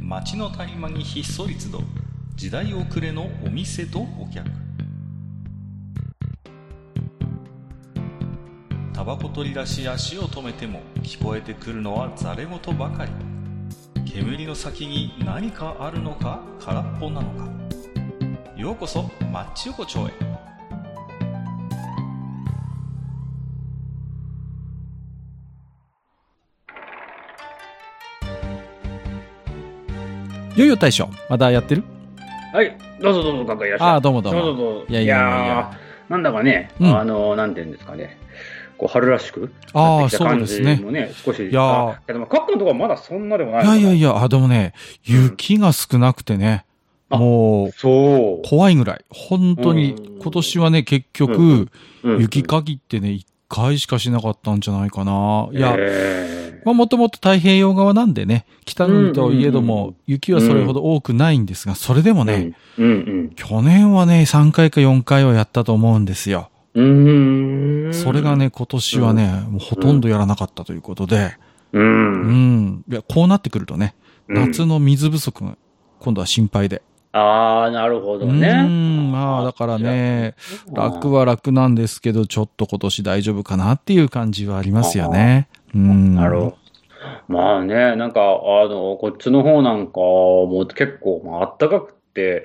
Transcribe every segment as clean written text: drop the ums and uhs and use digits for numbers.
街の谷間にひっそり集う時代遅れのお店とお客。タバコ取り出し足を止めても聞こえてくるのはざれ言ばかり。煙の先に何かあるのか空っぽなのか。ようこそマッチ横丁へ。 よいよ大将、まだやってる？ はい、どうぞどうぞ、なんかいらっしゃい。 ああ、どうもどうも。 どうぞどうぞ。 いやいやいやなんだかね、なんていうんですかね、こう春らしくああ、 なってきた感じそうですもね、少し。 いやでも、各家のところはまだそんなでもないいのかな。 やいやいや、でもね、雪が少なくてね、もう、 そう。 怖いぐらい。本当に、今年はね、結局、雪かきってね、1回しかしなかったんじゃないかな。いや、もともと太平洋側なんでね、北国といえども、雪はそれほど多くないんですが、それでもね、去年はね、3回か4回はやったと思うんですよ。それがね、今年はね、もうほとんどやらなかったということで、いや、こうなってくるとね、夏の水不足が今度は心配で。 ああ、なるほどね。 まあ、だからね、楽は楽なんですけど、ちょっと今年大丈夫かなっていう感じはありますよね。 なるほど。まあね、なんか、こっちの方なんか、もう結構、あったかくて、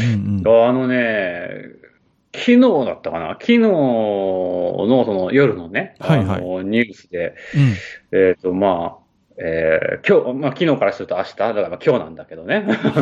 昨日だったかな、昨日のその夜のね、ニュースで、今日、昨日からすると明日、だから今日なんだけどね。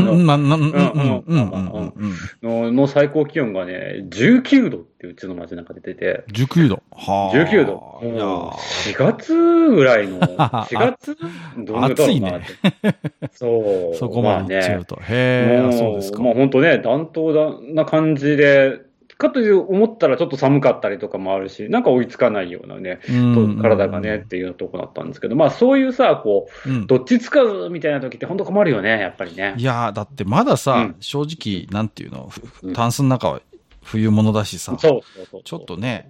の最高気温がね、19度ってうちの街なんかで出てて。 19度。はぁ。19度。4月ぐらいの、4月どのぐらいだろうなって。そう。 そこまでいっちゃうと。へぇ、そうですか。 まあ本当ね、暖冬な感じで、かという思ったらちょっと寒かったりとかもあるし、なんか追いつかないようなね、体がねっていうとこだったんですけど、まあそういうさ、こう、どっちつかずみたいな時って本当困るよね、やっぱりね。 いやー、だってまださ、正直、なんていうの、タンスの中は冬物だしさ、ちょっとね、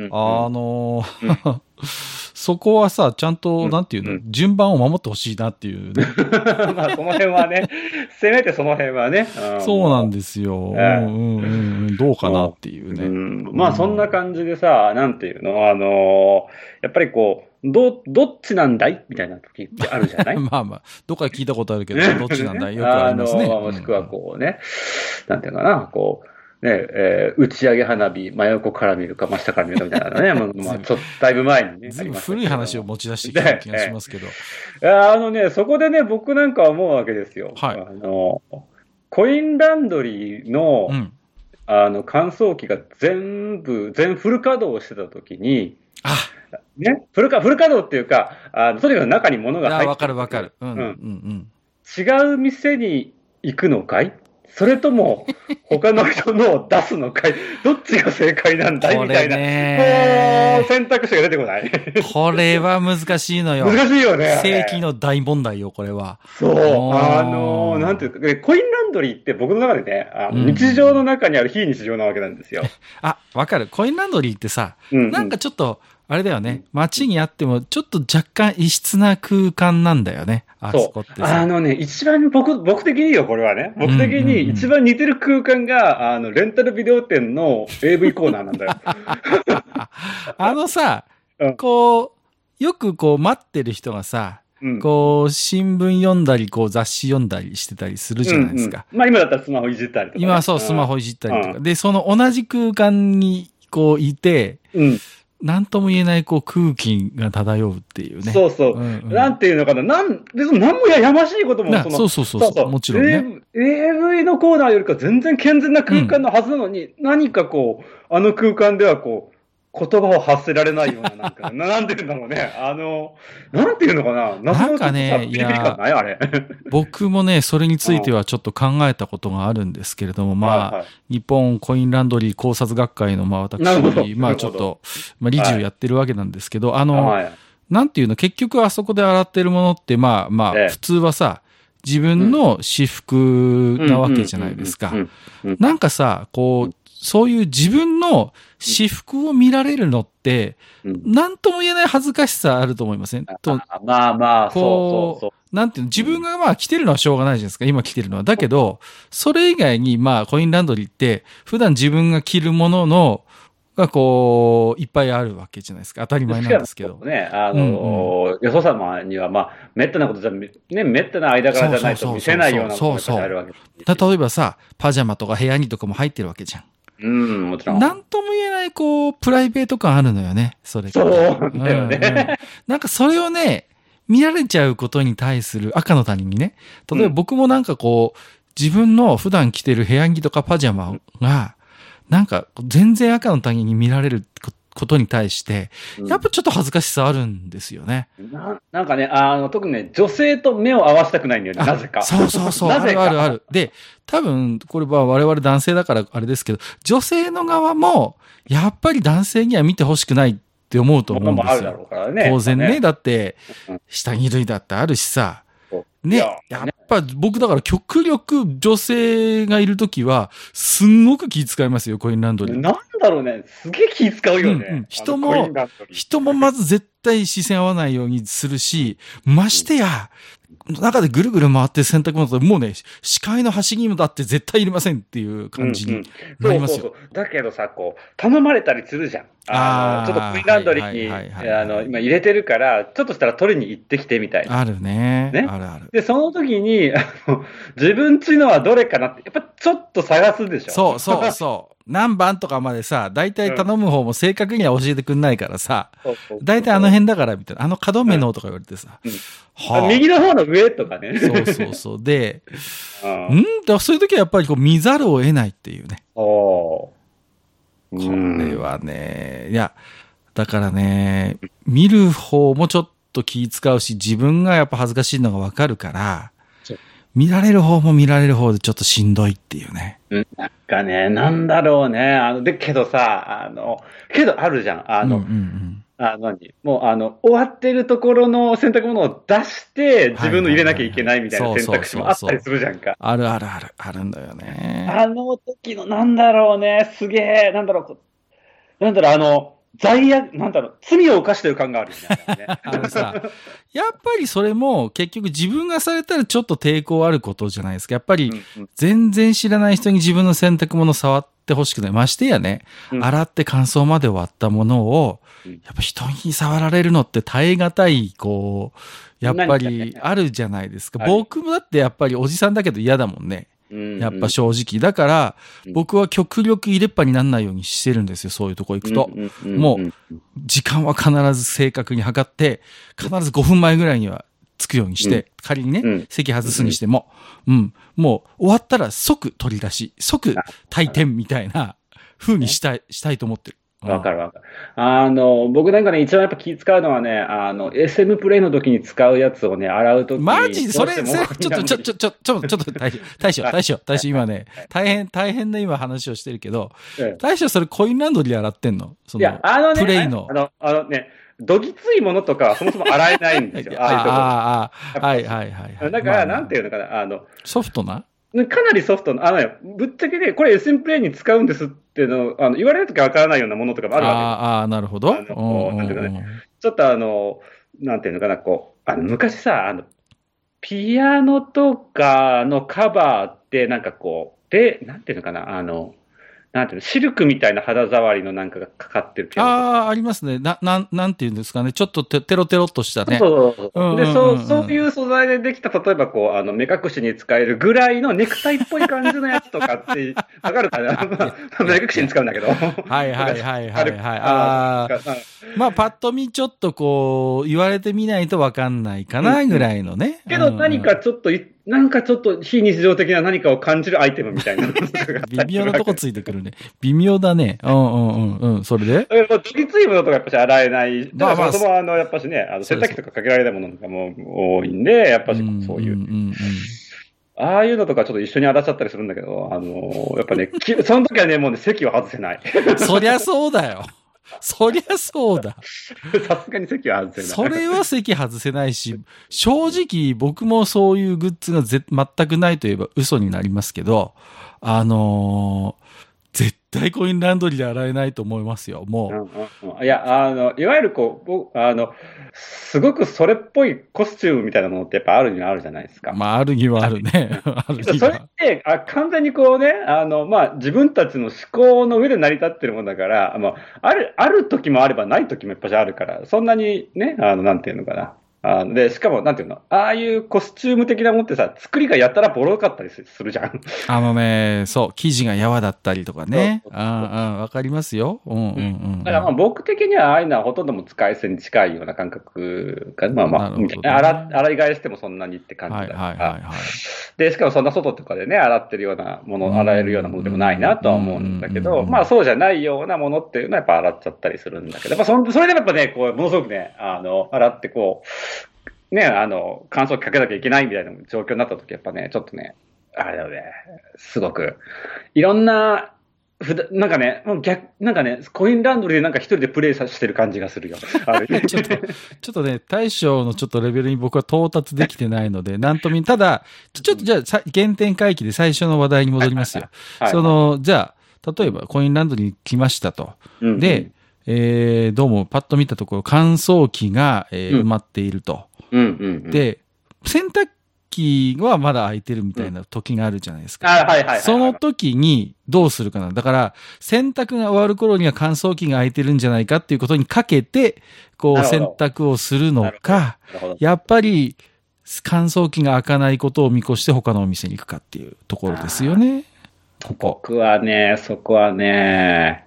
そこはさ、ちゃんと、なんていうの、順番を守ってほしいなっていうね。 まあ、その辺はね、せめてその辺はね。 そうなんですよ。どうかなっていうね。 まあ、そんな感じでさ、なんていうの、やっぱりこう、どっちなんだいみたいな時ってあるじゃないまあまあ、どっか聞いたことあるけど、どっちなんだいよくありますね。 もしくはこうね、なんていうかな、こう、打ち上げ花火、真横から見るか、真下から見るかみたいなね、まあ、ちょっとだいぶ前にね。 ずいぶん古い話を持ち出してきた気がしますけど。 そこでね、僕なんか思うわけですよ。コインランドリーの、乾燥機が全フル稼働してた時に、ね、フル稼働っていうか、とにかく中に物が入ってる。 わかるわかる。 違う店に行くのかい？それとも、他の人のを出すのかい？どっちが正解なんだいみたいな。もう、選択肢が出てこない。 これは難しいのよ。 難しいよね。 世紀の大問題よ、これは。 そう。なんていうか、コインランドリーって僕の中でね、日常の中にある非日常なわけなんですよ。 わかる。コインランドリーってさ、なんかちょっと、あれだよね。街にあっても、ちょっと若干異質な空間なんだよね。あそこってさ。 一番僕的によ、これはね。僕的に一番似てる空間が、レンタルビデオ店の AV コーナーなんだよ。 こう、よくこう待ってる人がさ、こう、新聞読んだり、こう雑誌読んだりしてたりするじゃないですか。 まあ今だったらスマホいじったりとか。 今はそう、スマホいじったりとか。で、その同じ空間にこういて、なんとも言えないこう空気が漂うっていうね。 そうそう。なんていうのかな。別に何もやましいこともそう。もちろんね。 AV のコーナーよりか全然健全な空間のはずなのに、何かこう、あの空間ではこう、言葉を発せられないような、なんか、なんていうんだろうね。なんていうのかな。 なんかね、僕もね、それについてはちょっと考えたことがあるんですけれども、まあ、日本コインランドリー考察学会の、まあ私、まあちょっと、まあ理事をやってるわけなんですけど、なんていうの、結局あそこで洗ってるものって、まあ、普通はさ、自分の私服なわけじゃないですか。なんかさ、こう、 そういう自分の私服を見られるのって、なんとも言えない恥ずかしさあると思いません？ まあまあ、そう。 なんていうの、自分がまあ着てるのはしょうがないじゃないですか、今着てるのは。だけど、それ以外にまあコインランドリーって、普段自分が着るものの、がこう、いっぱいあるわけじゃないですか。当たり前なんですけど。 ね、よそ様にはまあ、めったなことじゃ、ね、めったな間柄じゃないと見せないようなものがあるわけです。 例えばさ、パジャマとか部屋着とかも入ってるわけじゃん。 もちろん。 なんとも言えない、こう、プライベート感あるのよね、それ。 そうだよね。 なんかそれをね、見られちゃうことに対する赤の他人にね、例えば僕もなんかこう、自分の普段着てる部屋着とかパジャマが、なんか全然赤の他人に見られることに対して、やっぱちょっと恥ずかしさあるんですよね。 なんかね、特にね、女性と目を合わせたくないんだよね、なぜか。 そう。ある。で、多分、これは我々男性だからあれですけど、女性の側も、やっぱり男性には見てほしくないって思うと思うんですよ。当然ね。だって、下着類だってあるしさ。ね、やっぱ僕だから極力女性がいるときは、すんごく気遣いますよ、コインランドリー。 なんだろうね、すげえ気遣うよね。 人もまず絶対視線合わないようにするし、ましてや、中でぐるぐる回って洗濯物ともうね、視界の端にもだって絶対いりませんっていう感じになりますよ。 そう。だけどさ、こう、頼まれたりするじゃん。ちょっとコインランドリーに、今入れてるから、ちょっとしたら取りに行ってきてみたいな。 あるね。ある。 で、その時に、自分ちのはどれかなって、やっぱちょっと探すでしょ。 そう。何番とかまでさ、大体頼む方も正確には教えてくんないからさ、大体あの辺だからみたいな、角目のとか言われてさ、 右の方の上とかね。 そう。で、だからそういう時はやっぱりこう見ざるを得ないっていうね。これはね、いや、だからね、見る方もちょっと気使うし、自分がやっぱ恥ずかしいのがわかるから、見られる方も見られる方でちょっとしんどいっていうね。 なんかね、なんだろうね。けどさ、けどあるじゃん。もう終わってるところの洗濯物を出して、自分の入れなきゃいけないみたいな選択肢もあったりするじゃんか。 あるんだよね。 あの時のなんだろうね、すげえ、なんだろう、罪を犯してる感があるよね。 やっぱりそれも結局自分がされたらちょっと抵抗あることじゃないですか。やっぱり全然知らない人に自分の洗濯物触ってほしくない。ましてやね、洗って乾燥まで終わったものを、やっぱ人に触られるのって耐え難い、こう、やっぱりあるじゃないですか。僕もだってやっぱりおじさんだけど嫌だもんね。やっぱ正直。だから、僕は極力入れっぱにならないようにしてるんですよ、そういうとこ行くと。もう、時間は必ず正確に測って、必ず5分前ぐらいには着くようにして、仮にね、席外すにしても、もう終わったら即取り出し、即退店みたいな風にしたいと思ってる。 わかる。僕なんかね、一番やっぱ気使うのはね、SM プレイの時に使うやつをね、洗う時に。 マジそれ、ちょっと、大将、今ね、大変な今話をしてるけど、大将それコインランドリー洗ってんの？ いや、 プレイの。 どぎついものとかはそもそも洗えないんですよ。 はい。 だから、なんていうのかな、 ソフトな？ かなりソフトな、ぶっちゃけね、これ SM プレイに使うんですっていうのを、言われるときはわからないようなものとかもあるわけです。 なるほど。 なんていうかね、ちょっとなんていうのかな、こう、昔さ、ピアノとかのカバーって、なんかこう、なんていうのかな、なんていうの、シルクみたいな肌触りのなんかがかかってるピアノ。 ありますね。なんていうんですかね。ちょっとテロテロっとしたね。 そう。で、そういう素材でできた、例えばこう、目隠しに使えるぐらいのネクタイっぽい感じのやつとかって、わかるかな目隠しに使うんだけど。 はい。まあ、パッと見ちょっとこう、言われてみないとわかんないかな、ぐらいのね。 けど何かちょっと、非日常的な何かを感じるアイテムみたいな。 微妙なとこついてくるね。微妙だね。それでどぎついものとかやっぱし洗えない。だからそもそもやっぱしね、洗濯機とかかけられないものとかも多いんで、やっぱしそういう。ああいうのとかちょっと一緒に洗っちゃったりするんだけど、やっぱね、その時はね、もうね、席を外せない。 そりゃそうだよ。そりゃそうだ。 さすがに席は外せない。 それは席外せないし、正直僕もそういうグッズが全くないといえば嘘になりますけど、 絶対コインランドリーで洗えないと思いますよ、もう。いや、いわゆるすごくそれっぽいコスチュームみたいなものってやっぱあるにはあるじゃないですか。 まあ、あるにはあるね。 それって、完全にこうね、自分たちの思考の上で成り立ってるもんだから、ある時もあればない時もやっぱりあるから、そんなにね、なんていうのかな。で、しかも、なんていうの、ああいうコスチューム的なもんってさ、作りがやったらボロかったりするじゃん。 そう、生地がやわだったりとかね。わかりますよ。 だから僕的にはああいうのはほとんども使い捨てに近いような感覚が、洗い替えしてもそんなにって感じだから。で、しかもそんな外とかでね、洗ってるようなもの、洗えるようなものでもないなとは思うんだけど、そうじゃないようなものっていうのはやっぱ洗っちゃったりするんだけど、それでもやっぱね、こう、ものすごくね、洗ってこう、ね、乾燥機かけなきゃいけないみたいな状況になった時やっぱね、ちょっとね、あれだよね、すごく、いろんな、なんかね、コインランドリーでなんか一人でプレイしてる感じがするよ。ちょっとね、大将のちょっとレベルに僕は到達できてないので、ただ、ちょっとじゃあ、原点回帰で最初の話題に戻りますよ。じゃあ、例えばコインランドリーに来ましたと。で、どうもパッと見たところ乾燥機が、埋まっていると。で、洗濯機はまだ空いてるみたいな時があるじゃないですか。その時にどうするかな。だから、洗濯が終わる頃には乾燥機が空いてるんじゃないかっていうことにかけて、こう洗濯をするのか、やっぱり乾燥機が開かないことを見越して他のお店に行くかっていうところですよね。 僕はね、そこはね、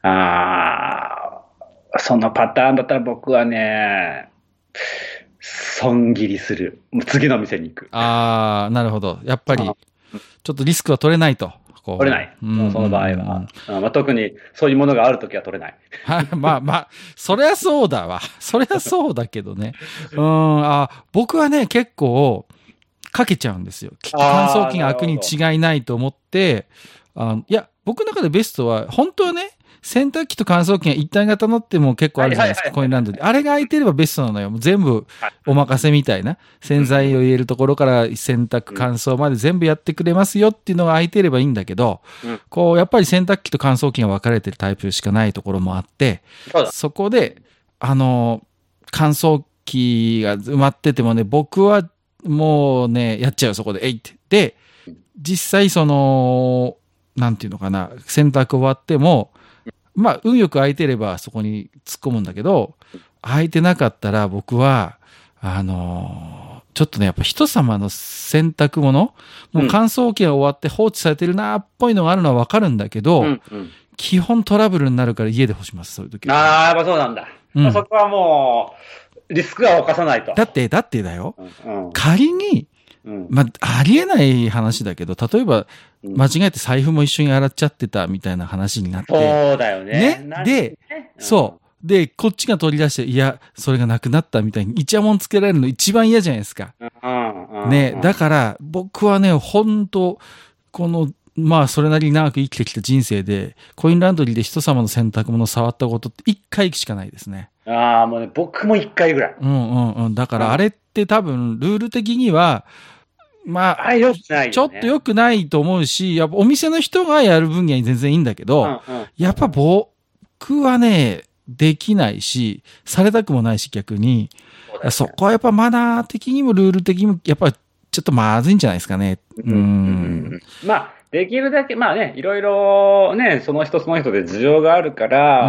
そのパターンだったら僕はね、損切りする。次の店に行く。 なるほど。やっぱり、ちょっとリスクは取れないと。 取れない。その場合は。特にそういうものがあるときは取れない。 そりゃそうだわ。そりゃそうだけどね。僕はね、結構、かけちゃうんですよ。乾燥機が開くに違いないと思って、いや、僕の中でベストは、本当はね、洗濯機と乾燥機が一体型のっても結構あるじゃないですか、コインランドリー。あれが空いてればベストなのよ。もう全部お任せみたいな。洗剤を入れるところから洗濯、乾燥まで全部やってくれますよっていうのが空いてればいいんだけど、こう、やっぱり洗濯機と乾燥機が分かれてるタイプしかないところもあって、そこで、乾燥機が埋まっててもね、僕はもうね、やっちゃう、そこで、えいって。で、実際なんていうのかな、洗濯終わっても、運よく空いてればそこに突っ込むんだけど、空いてなかったら僕は、ちょっとね、やっぱ人様の洗濯物、もう乾燥機が終わって放置されてるなっぽいのがあるのはわかるんだけど、基本トラブルになるから家で干します、そういう時は。 やっぱそうなんだ。そこはもう、リスクは犯さないと。 だってだよ。仮に、ありえない話だけど、例えば、間違えて財布も一緒に洗っちゃってたみたいな話になって。 そうだよね。 で、そう。で、こっちが取り出して、いや、それがなくなったみたいに、イチャモンつけられるの一番嫌じゃないですか。ね、だから、僕はね、本当それなりに長く生きてきた人生で、コインランドリーで人様の洗濯物を触ったことって1回しかないですね。 もうね、僕も1回ぐらい。 だから、あれって多分、ルール的には、 良くないよね、 ちょっと良くないと思うし、やっぱお店の人がやる分には全然いいんだけど、やっぱ僕はね、できないし、されたくもないし逆に、そこはやっぱマナー的にもルール的にも、やっぱちょっとまずいんじゃないですかね。 できるだけ、いろいろね、その人で事情があるから、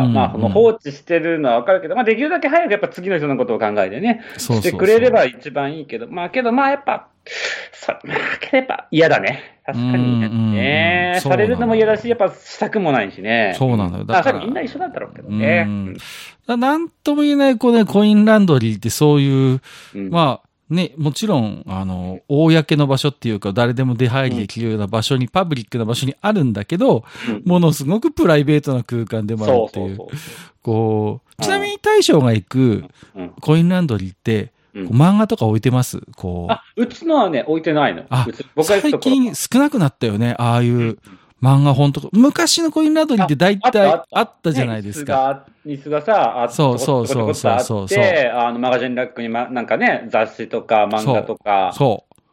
放置してるのはわかるけど、できるだけ早くやっぱ次の人のことを考えてね、してくれれば一番いいけど、やっぱ、やっぱ嫌だね。確かにね。されるのも嫌だし、やっぱしたくもないしね。 そうなのよ。だからみんな一緒なんだろうけどね。 なんとも言えない、コインランドリーってそういう、もちろん、公の場所っていうか、誰でも出入りできるような場所に、パブリックな場所にあるんだけど、ものすごくプライベートな空間でもあるっていう。ちなみに大将が行くコインランドリーって、漫画とか置いてます？ うちのはね、置いてないの。 最近少なくなったよね、ああいう漫画本とか。昔のコインランドリーって大体あったじゃないですか。 椅子がさ、あって、マガジンラックになんかね、雑誌とか漫画とか。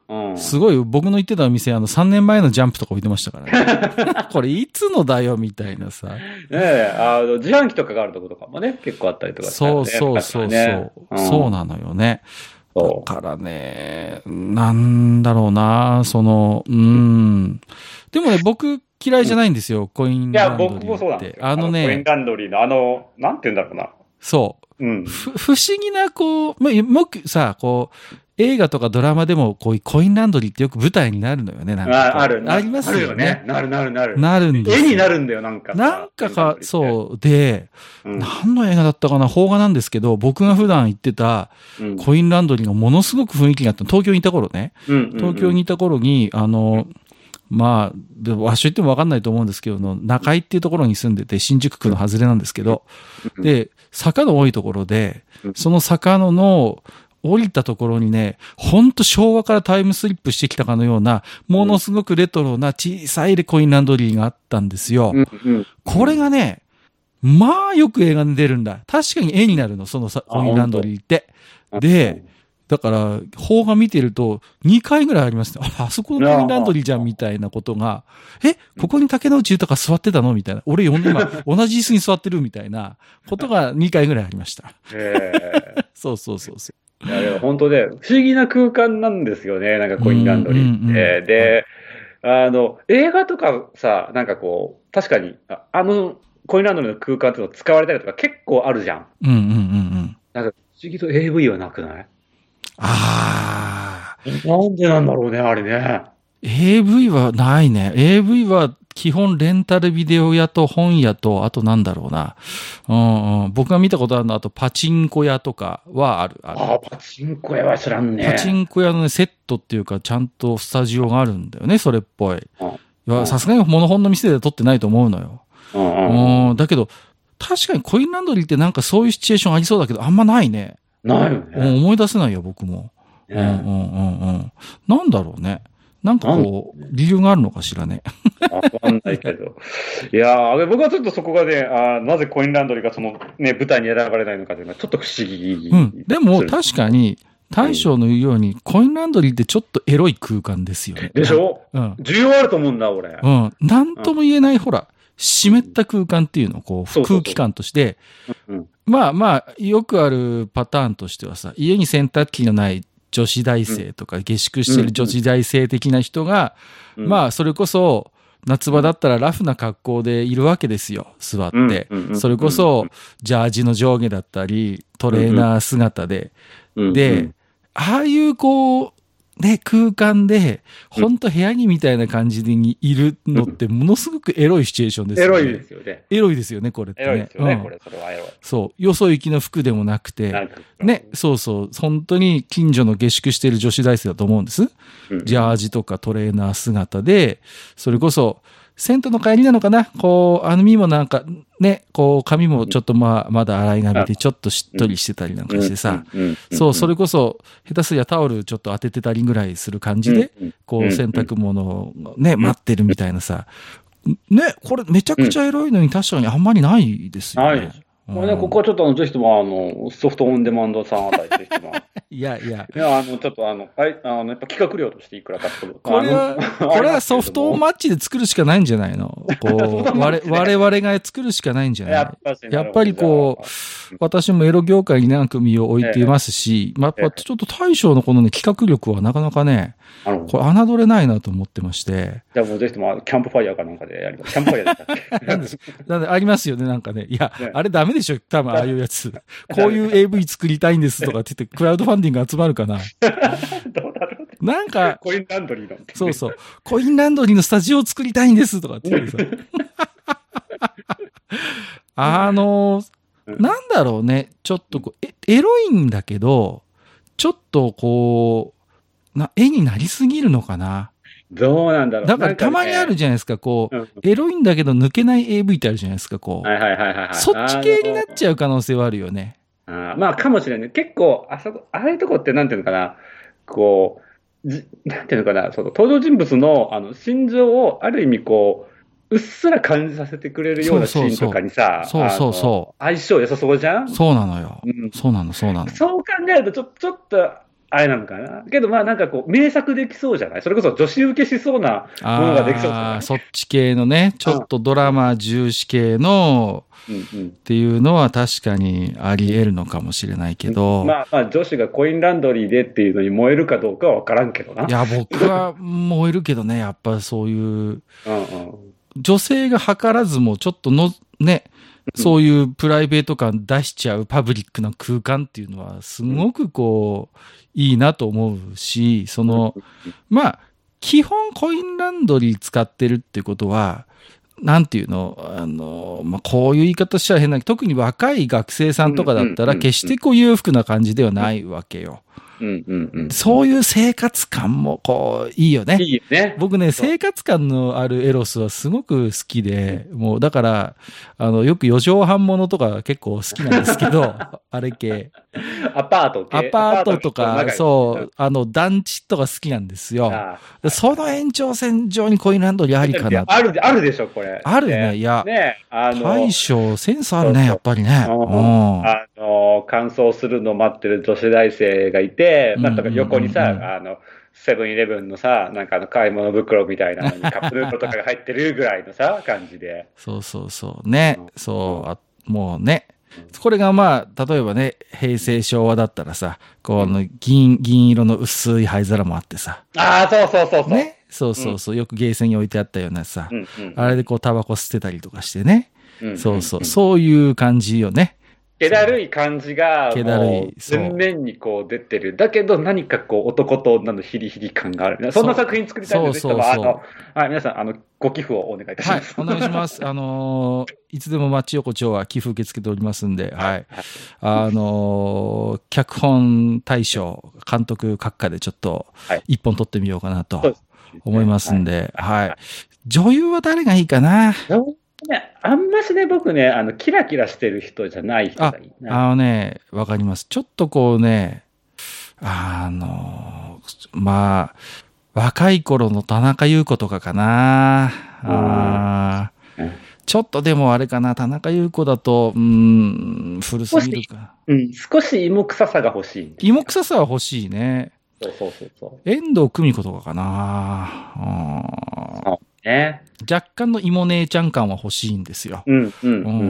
すごい、僕の行ってたお店、3年前のジャンプとか置いてましたからね。これいつのだよ、みたいなさ。 自販機とかがあるとことかもね、結構あったりとかしたらね。 そう。そうなのよね。だからね、なんだろうな、でもね、僕嫌いじゃないんですよ、コインランドリーって。いや、僕もそうなんですよ。コインランドリーのなんて言うんだろうな。そう。不思議な、さ、映画とかドラマでも、こういうコインランドリーってよく舞台になるのよね、なんか。ありますよね。なる。なるんですよ。絵になるんだよ、なんか。そう。で、何の映画だったかな、邦画なんですけど、僕が普段行ってたコインランドリーがものすごく雰囲気があった。東京にいた頃ね。東京にいた頃に、場所言ってもわかんないと思うんですけど、中井っていうところに住んでて、新宿区の外れなんですけど、で、坂の多いところで、その坂の降りたところにね、ほんと昭和からタイムスリップしてきたかのような、ものすごくレトロな小さいコインランドリーがあったんですよ。これがね、まあよく映画に出るんだ。確かに絵になるの、そのコインランドリーって。で、だから、邦画見てると、2回ぐらいありますね。あそこのコインランドリーじゃんみたいなことが、ここに竹野内豊座ってたのみたいな。俺今、同じ椅子に座ってるみたいなことが2回ぐらいありました。そう。 いや、でも本当で、不思議な空間なんですよね、なんかコインランドリーって。で、映画とかさ、なんか確かに、コインランドリーの空間っていうの使われたりとか結構あるじゃん。なんか不思議と AV はなくない？なんでなんだろうね、あれね。 AV はないね。AV は基本レンタルビデオ屋と本屋と、あとなんだろうな。僕が見たことあるのは、あとパチンコ屋とかはある。 パチンコ屋は知らんね。 パチンコ屋の、ね、セットっていうか、ちゃんとスタジオがあるんだよね、それっぽい。さすがにモノホンの店で撮ってないと思うのよ。だけど、確かにコインランドリーってなんかそういうシチュエーションありそうだけど、あんまないね。 ないよね。 思い出せないよ、僕も。なんだろうね。なんか理由があるのかしらね。 わかんないけど。いやー、僕はちょっとそこがね、なぜコインランドリーが舞台に選ばれないのかというのはちょっと不思議。 でも確かに、大将の言うように、コインランドリーってちょっとエロい空間ですよね。 でしょ？需要あると思うんだ、俺。 なんとも言えない、ほら、湿った空間っていうのを空気感として、よくあるパターンとしてはさ、家に洗濯機のない女子大生とか下宿してる女子大生的な人が、それこそ夏場だったらラフな格好でいるわけですよ、座って。それこそジャージの上下だったり、トレーナー姿で。で、ああいう空間で、ほんと部屋着みたいな感じにいるのって、ものすごくエロいシチュエーションですよね。 エロいですよね。 エロいですよね、これってね。 エロいですよね、これ、それはエロい。 そう。よそ行きの服でもなくて、ね、そう。本当に近所の下宿している女子大生だと思うんです。ジャージとかトレーナー姿で、それこそ、銭湯の帰りなのかな網もなんか、ね、髪もちょっとまだ洗い髪でちょっとしっとりしてたりなんかしてさ、それこそ、下手すりゃタオルちょっと当ててたりぐらいする感じで、洗濯物をね、待ってるみたいなさ、ね、これめちゃくちゃエロいのに確かにあんまりないですよね。 ここはちょっとぜひともソフトオンデマンドさんあたりぜひとも。 いや、 ちょっとやっぱ企画料としていくらかってこと。 これはソフトマッチで作るしかないんじゃないの？我々が作るしかないんじゃない？やっぱり私もエロ業界に何組を置いていますし、やっぱちょっと大将のこのね、企画力はなかなかね、これ侮れないなと思ってまして。 じゃあもうぜひともキャンプファイヤーかなんかでやります。キャンプファイヤーだったっけ？ なんでありますよね、なんかね。いや、あれダメでしょ、多分ああいうやつ。こういう AV 作りたいんですとかって言って、クラウドファンディング集まるかな。 どうだろう。 なんか、 コインランドリーの。 そう。コインランドリーのスタジオを作りたいんですとかって言ってさ。なんだろうね。ちょっとエロいんだけど、ちょっと絵になりすぎるのかな。 どうなんだろう。 だからたまにあるじゃないですか、エロいんだけど抜けない AV ってあるじゃないですか、そっち系になっちゃう可能性はあるよね。 かもしれない。結構、ああいうとこってなんていうのかな、なんていうのかな、登場人物の心情をある意味うっすら感じさせてくれるようなシーンとかにさ、相性良さそうじゃん？ そうなのよ。そうなの。 そう考えると、ちょっと、 あれなのかな。けどまあなんかこう、名作できそうじゃない？それこそ女子受けしそうなものができそうじゃない？ そっち系のね、ちょっとドラマ重視系の、っていうのは確かにあり得るのかもしれないけど。 まあ女子がコインランドリーでっていうのに燃えるかどうかはわからんけどな。 いや、僕は燃えるけどね、やっぱそういう、女性が図らずもちょっとね、そういうプライベート感出しちゃうパブリックな空間っていうのはすごくこう、いいなと思うし、まあ、基本コインランドリー使ってるってことは、なんていうの、まあ、こういう言い方しちゃ変なけど、特に若い学生さんとかだったら、決してこう裕福な感じではないわけよ。そういう生活感もこういいよね。 いいね。 僕ね、生活感のあるエロスはすごく好きで、もうだから、よく四畳半ものとか結構好きなんですけど、あれ系。 アパートとか、そう、団地とか好きなんですよ。その延長線上にコインランドリーありかな。 あるでしょ、これ。 あるね、いや。大将、センスあるね、やっぱりね。 乾燥するの待ってる女子大生がいて、なんとか横にさ、セブンイレブンのさ、なんか買い物袋みたいなのにカップヌードルとかが入ってるぐらいのさ、感じで。 そう。ね。もうね。これがまあ、例えばね、平成昭和だったらさ、こう銀色の薄い灰皿もあってさ。 そう。 ね。そう。よくゲーセンに置いてあったようなさ、あれでこうタバコ吸ってたりとかしてね。そういう感じよね。 気だるい感じが、もう、全面にこう出てる。だけど何かこう、男と女のヒリヒリ感がある。そんな作品作りたいんですけど、皆さん、ご寄付をお願いいたします。 はい、お願いします。いつでも町横丁は寄付受け付けておりますんで、はい。脚本大賞、監督閣下でちょっと、一本撮ってみようかなと思いますんで、はい。女優は誰がいいかな？ あんましね、僕ね、キラキラしてる人じゃない人がいいな。 わかります。ちょっとこうね、まあ、若い頃の田中優子とかかな。ちょっとでもあれかな、田中優子だと、古すぎるか。 少し芋臭さが欲しい。 芋臭さは欲しいね。 そう。 遠藤久美子とかかな。 ね。 若干の芋姉ちゃん感は欲しいんですよ。 そう。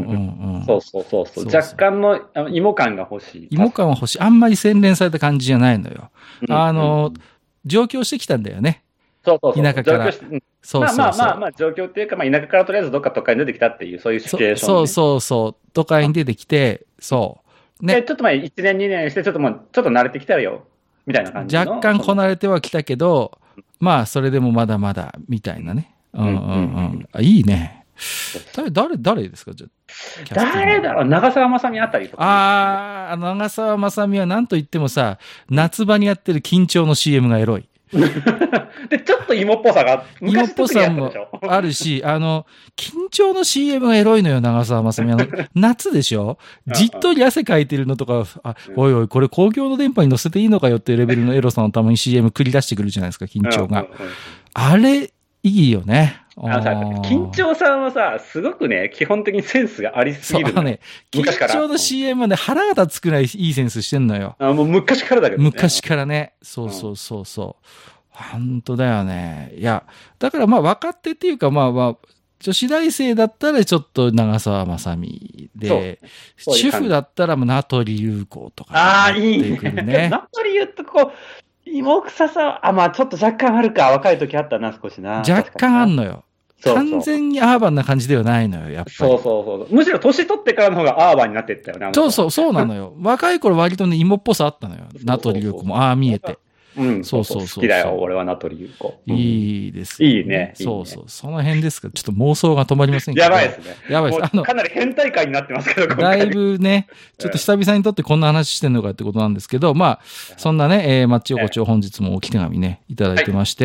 若干の芋感が欲しい。 芋感は欲しい。あんまり洗練された感じじゃないのよ。上京してきたんだよね。 そう。 田舎から。 まあ、上京っていうか、田舎からとりあえずどっか都会に出てきたっていう、そういうシチュエーション。 そう。都会に出てきて、そう。 ね。ちょっと1年2年して、ちょっと慣れてきたよ。みたいな感じの。 若干こなれてはきたけど、まあ、それでもまだまだ、みたいなね。いいね。誰ですか？じゃ誰だろう？長澤まさみあたりとか。長澤まさみは何と言ってもさ、夏場にやってる緊張の CM がエロい。 で、ちょっと芋っぽさが、 芋っぽさもあるし、緊張の CM がエロいのよ、長澤まさみ。夏でしょ？じっとり汗かいてるのとか、おいおい、これ公共の電波に乗せていいのかよっていうレベルのエロさのために CM 繰り出してくるじゃないですか、緊張が。あれ、いいよね。 緊張さんはさ、すごくね、基本的にセンスがありすぎる。 そうね、緊張の CM はね、腹が立つくらいいいセンスしてんのよ。 もう昔からだけどね。 昔からね。そう。本当だよね。いや、だからまあ分かってっていうか、まあ、女子大生だったらちょっと長澤まさみで、主婦だったら名取裕子とか。 いいね。名取裕子こう、芋臭さ、まあちょっと若干あるか。若い時あったな、少しな。 若干あんのよ。完全にアーバンな感じではないのよ、やっぱり。 そう。むしろ年取ってからの方がアーバンになっていったよね。 そうなのよ。若い頃割とね、芋っぽさあったのよ。名取裕子も。見えて。そう。 好きだよ、俺は名取裕子。 いいですいいね。 そう。その辺ですか。ちょっと妄想が止まりませんけど。 やばいですね。 やばいです。 かなり変態会になってますけど、 だいぶね、ちょっと久々にとってこんな話してんのかってことなんですけど、まあ、そんなね、マッチ横丁本日もおき手紙ね、いただいてまして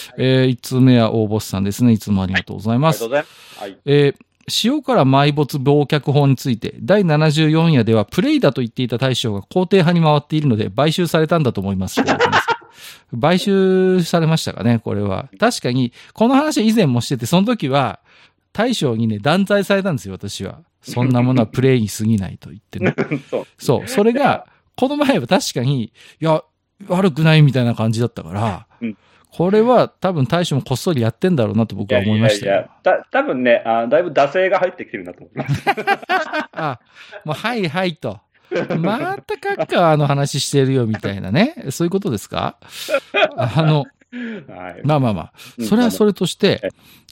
、1通目は大ボスさんですね。いつもありがとうございます。塩辛埋没忘却法について、第74夜ではプレイだと言っていた大将が肯定派に回っているので、買収されたんだと思います。買収されましたかね、これは。確かに、この話以前もしてて、その時は、大将にね、断罪されたんですよ、私は。そんなものはプレイに過ぎないと言ってね。そう。それが、この前は確かに、いや、 悪くないみたいな感じだったから、これは多分大将もこっそりやってんだろうなと僕は思いましたよ。いやいや多分ね、だいぶ惰性が入ってきてるなと思います。 もうはいはいと。またカッカーの話してるよみたいなね。そういうことですか？まあ。それはそれとして、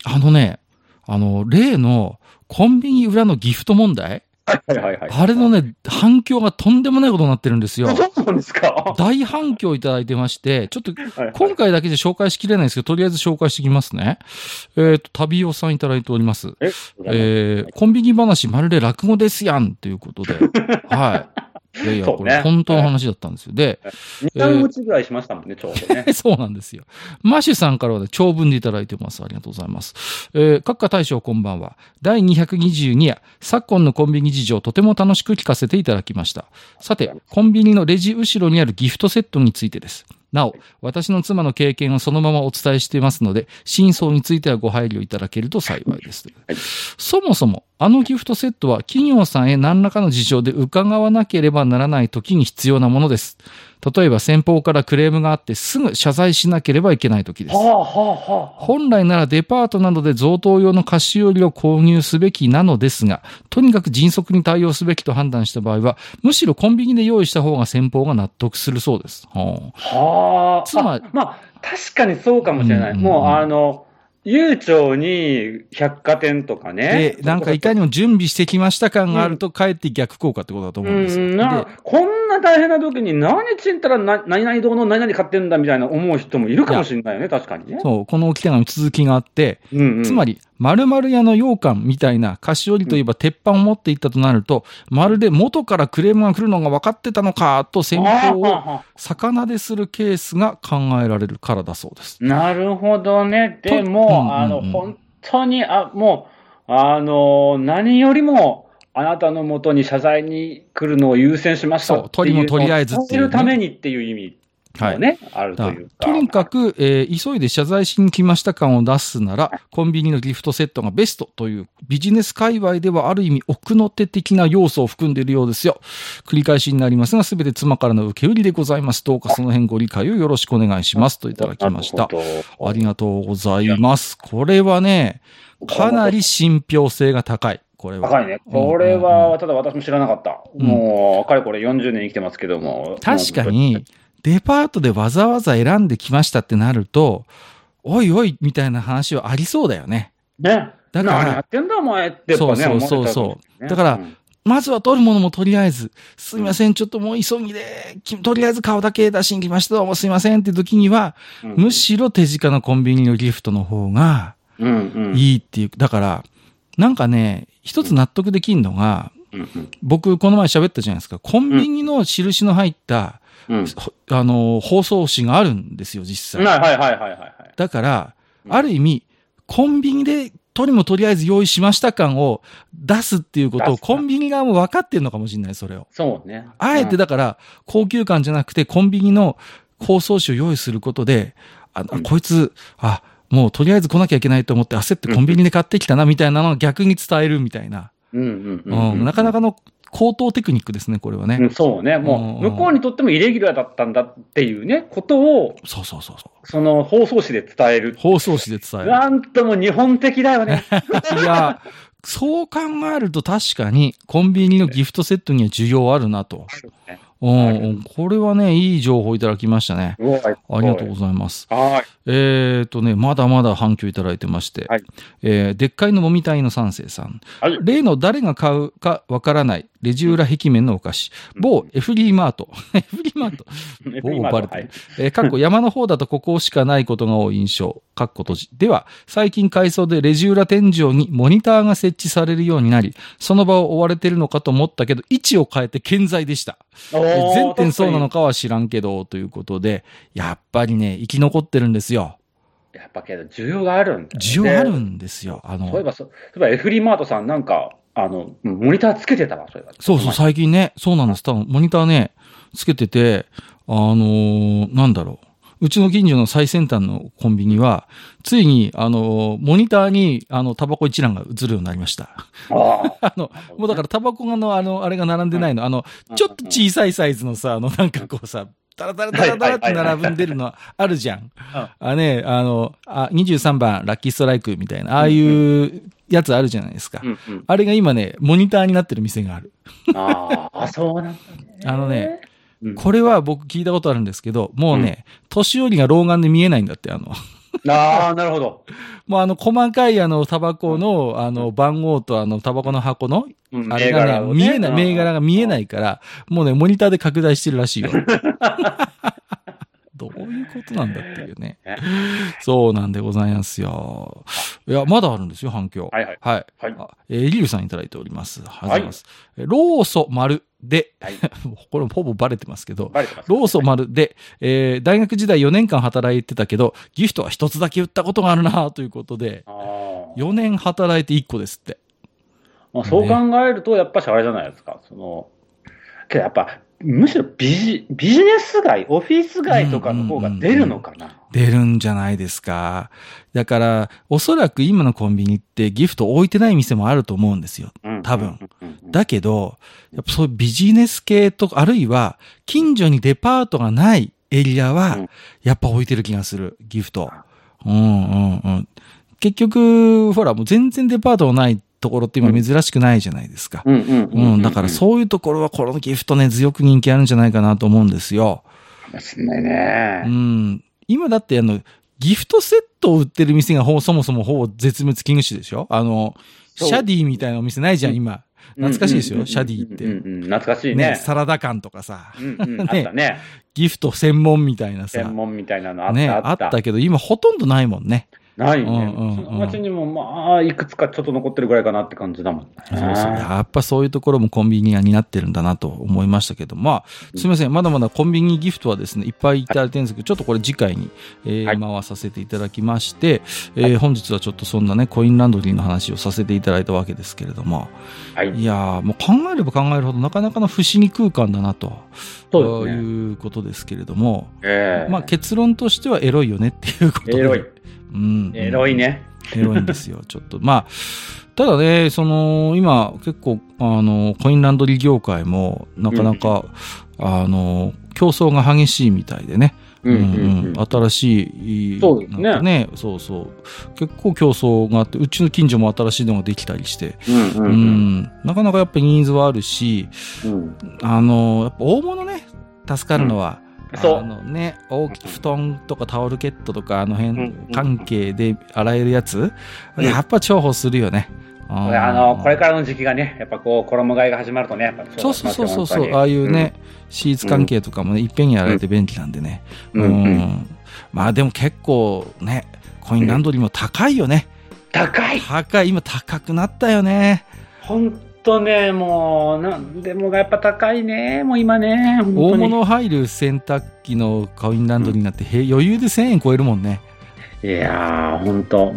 例のコンビニ裏のギフト問題、あれのね、反響がとんでもないことになってるんですよ。 そうなんですか？ 大反響いただいてまして、ちょっと今回だけじゃ紹介しきれないんですけど、とりあえず紹介してきますね。旅尾さんいただいております。コンビニ話まるで落語ですやんということで。はい。いやいや、これ本当の話だったんですよ。で、 2、3日ぐらいしましたもんね、ちょうどね。 そうなんですよ。マシュさんからは、ね、長文でいただいてます。ありがとうございます。閣下大将こんばんは。第222夜、昨今のコンビニ事情、とても楽しく聞かせていただきました。さて、コンビニのレジ後ろにあるギフトセットについてです。なお、私の妻の経験をそのままお伝えしていますので、真相についてはご配慮いただけると幸いです。そもそも、あのギフトセットは企業さんへ何らかの事情で伺わなければならない時に必要なものです。例えば先方からクレームがあってすぐ謝罪しなければいけない時です。本来ならデパートなどで贈答用の菓子折りを購入すべきなのですが、とにかく迅速に対応すべきと判断した場合は、むしろコンビニで用意した方が先方が納得するそうです。 つまり、確かにそうかもしれない。もう悠長に百貨店とかね。 なんかいかにも準備してきました感があると、かえって逆効果ってことだと思うんですよ。 こんな大変な時に何ちんたら何々どこの何々買ってんだみたいな思う人もいるかもしれないよね、確かにね。 そう、この置き手紙続きがあって、つまり、〇〇屋の羊羹みたいな菓子折りといえば鉄板を持っていったとなると、まるで元からクレームが来るのが分かってたのかと先方を逆なでするケースが考えられるからだそうです。 なるほどね。でも、本当に、何よりも、あなたのもとに謝罪に来るのを優先しましたっていうのをとりあえずっていう、 ね、ためにっていう意味もね、あるというか。 とにかく、急いで謝罪しに来ました感を出すなら、コンビニのギフトセットがベストというビジネス界隈ではある意味奥の手的な要素を含んでいるようですよ。繰り返しになりますが、すべて妻からの受け売りでございます。どうかその辺ご理解をよろしくお願いしますといただきました。ありがとうございます。これはね、かなり信憑性が高い。これは。 高いね。これは、ただ私も知らなかった。もう、かれこれ40年生きてますけども。 確かに、デパートでわざわざ選んできましたってなると、おいおいみたいな話はありそうだよね。 ね。だから、何やってんだお前ってやっぱね。 そう。だから、まずは取るものもとりあえず、すいません、ちょっともう急ぎで、とりあえず顔だけ出しに来ました、どうもすいませんって時には、むしろ手近なコンビニのギフトの方が、いいっていう。だから、なんかね、一つ納得できんのが、僕、この前喋ったじゃないですか。コンビニの印の入った、包装紙があるんですよ、実際。だから、ある意味、コンビニでとりあえず用意しました感を出すっていうことをコンビニ側も分かってるのかもしれない、それを。 そうね。 あえてだから、高級感じゃなくてコンビニの包装紙を用意することで、こいつ、もうとりあえず来なきゃいけないと思って焦ってコンビニで買ってきたなみたいなのを逆に伝えるみたいな。なかなかの高等テクニックですね、これはね。 そうね。もう、向こうにとってもイレギュラーだったんだっていうね、ことを、その放送紙で伝える。 放送紙で伝える。 なんとも日本的だよね。 いや、そう考えると確かにコンビニのギフトセットには需要あるなと。これはね、いい情報いただきましたね。ありがとうございます。まだまだ反響いただいてまして、でっかいのもみたいの三世さん。例の誰が買うかわからないレジ裏壁面のお菓子。某エフリーマート。エフリーマート。某バレてる。かっこ山の方だとここしかないことが多い印象。かっこ閉じ。では、最近改装でレジ裏天井にモニターが設置されるようになり、その場を追われてるのかと思ったけど、位置を変えて健在でした。全店そうなのかは知らんけど、ということで、やっぱりね、生き残ってるんですよ。 やっぱけど、需要があるんだよね。 需要あるんですよ。 そういえばエフリーマートさんなんか、モニターつけてたわ、 そう、最近ね、そうなんです。多分、モニターね、つけてて、なんだろう。うちの近所の最先端のコンビニは、ついに、モニターに、タバコ一覧が映るようになりました。もうだからタバコがあれが並んでないの。ちょっと小さいサイズのさ、なんかこうさ、 ダラダラダラダラって並んでるのあるじゃん。23番ラッキーストライクみたいな、ああいうやつあるじゃないですか。あれが今ね、モニターになってる店がある。 そうなんだね。 これは僕聞いたことあるんですけど、もうね、年寄りが老眼で見えないんだって、 なるほど。 もう細かいタバコの番号とタバコの箱の、あれがね、見えない、銘柄が見えないから、もうね、モニターで拡大してるらしいよ。どういうことなんだっていうね。そうなんでございますよ。いや、まだあるんですよ、反響。はい。リリュウさんいただいております。ありがとうございます。ローソ丸で、これもほぼバレてますけど、ローソ丸で、大学時代4年間働いてたけど、ギフトは一つだけ売ったことがあるなということで、4年働いて1個ですって。 そう考えると、やっぱしあれじゃないですか。けどやっぱ、むしろビジネス街、オフィス街とかの方が出るのかな。 出るんじゃないですか。だから、おそらく今のコンビニってギフト置いてない店もあると思うんですよ。多分。だけど、やっぱそういうビジネス系とか、あるいは、近所にデパートがないエリアは、やっぱ置いてる気がする。ギフト。結局、ほら、もう全然デパートがないところって今珍しくないじゃないですか。だからそういうところはこのギフトね、強く人気あるんじゃないかなと思うんですよ。 ですね。 今だってギフトセットを売ってる店がそもそもほぼ絶滅危惧種でしょ。シャディみたいなお店ないじゃん、今。懐かしいですよ、シャディって。 懐かしいね。 サラダ缶とかさ。 あったね。 ギフト専門みたいなさ。 専門みたいなのあった。 ね、あったけど、今ほとんどないもんね。 ないね。その街にもいくつかちょっと残ってるぐらいかなって感じだもんね。 やっぱそういうところもコンビニになってるんだなと思いましたけど、すみません。まだまだコンビニギフトはですね、いっぱいいただいてるんですけど、ちょっとこれ次回に、回させていただきまして、本日はちょっとそんなね、コインランドリーの話をさせていただいたわけですけれども、いやもう考えれば考えるほどなかなかの不思議空間だなと。そういうことですけれども、結論としてはエロいよねっていうことで。エロい。 エロいね。 エロいんですよ、ちょっと。ただね、今、結構、コインランドリー業界も、なかなか、競争が激しいみたいでね。新しい、 そうですね。 そう。結構競争があって、うちの近所も新しいのができたりして、なかなかやっぱりニーズはあるし、やっぱ大物ね、助かるのは、大きい布団とかタオルケットとか辺関係で洗えるやつ、やっぱ重宝するよね。 これからの時期がね、やっぱこう衣替えが始まるとね、やっぱそう、ああいうね、シーツ関係とかもね、いっぺんにやられて便利なんでね。でも結構ね、コインランドリーも高いよね。 高い。 今高くなったよね。 ね、もう、なんでもやっぱ高いね、もう今ね。 大物入る洗濯機のコインランドリーになって、余裕で1000円超えるもんね。 いやー、ほんと。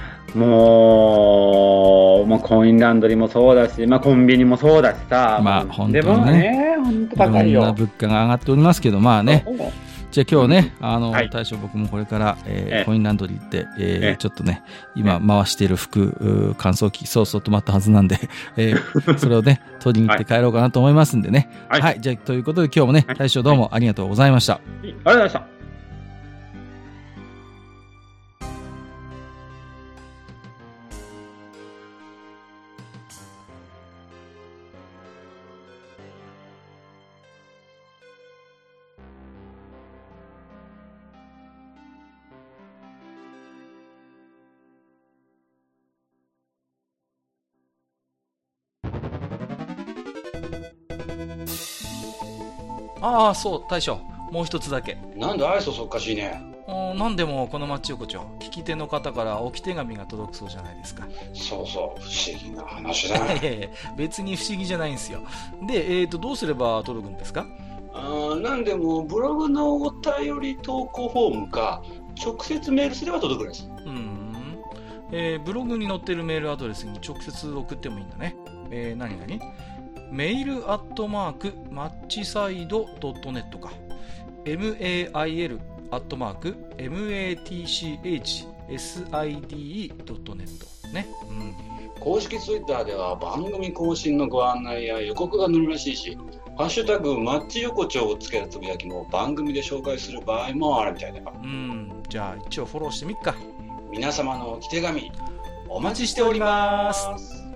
もうコインランドリーもそうだし、コンビニもそうだしさ。 本当にね。 ほんと高いよ。 いろんな物価が上がっておりますけど、ね。じゃあ今日ね、大将僕もこれから、コインランドリーって、ちょっとね、今回している服、乾燥機、そう止まったはずなんで、それをね、取りに行って帰ろうかなと思いますんでね。じゃあ、ということで今日もね、大将どうもありがとうございました。 ありがとうございました。 そう、大将。もう一つだけ。 なんで愛想そっかしいね。 なんでもこの町横丁、聞き手の方から置き手紙が届くそうじゃないですか。 そう、不思議な話だ。 別に不思議じゃないんですよ。で、どうすれば届くんですか？ なんでもブログのお便り投稿フォームか、直接メールすれば届くんです。 ブログに載ってるメールアドレスに直接送ってもいいんだね。何メールアットマークマッチサイドドットネットか mail アットマーク matchside.net ね。 公式ツイッターでは番組更新のご案内や予告が載るらしいし、 ハッシュタグマッチ横丁をつけたつぶやきも番組で紹介する場合もあるみたいだよ。 じゃあ一応フォローしてみっか。 皆様のお手紙お待ちしております。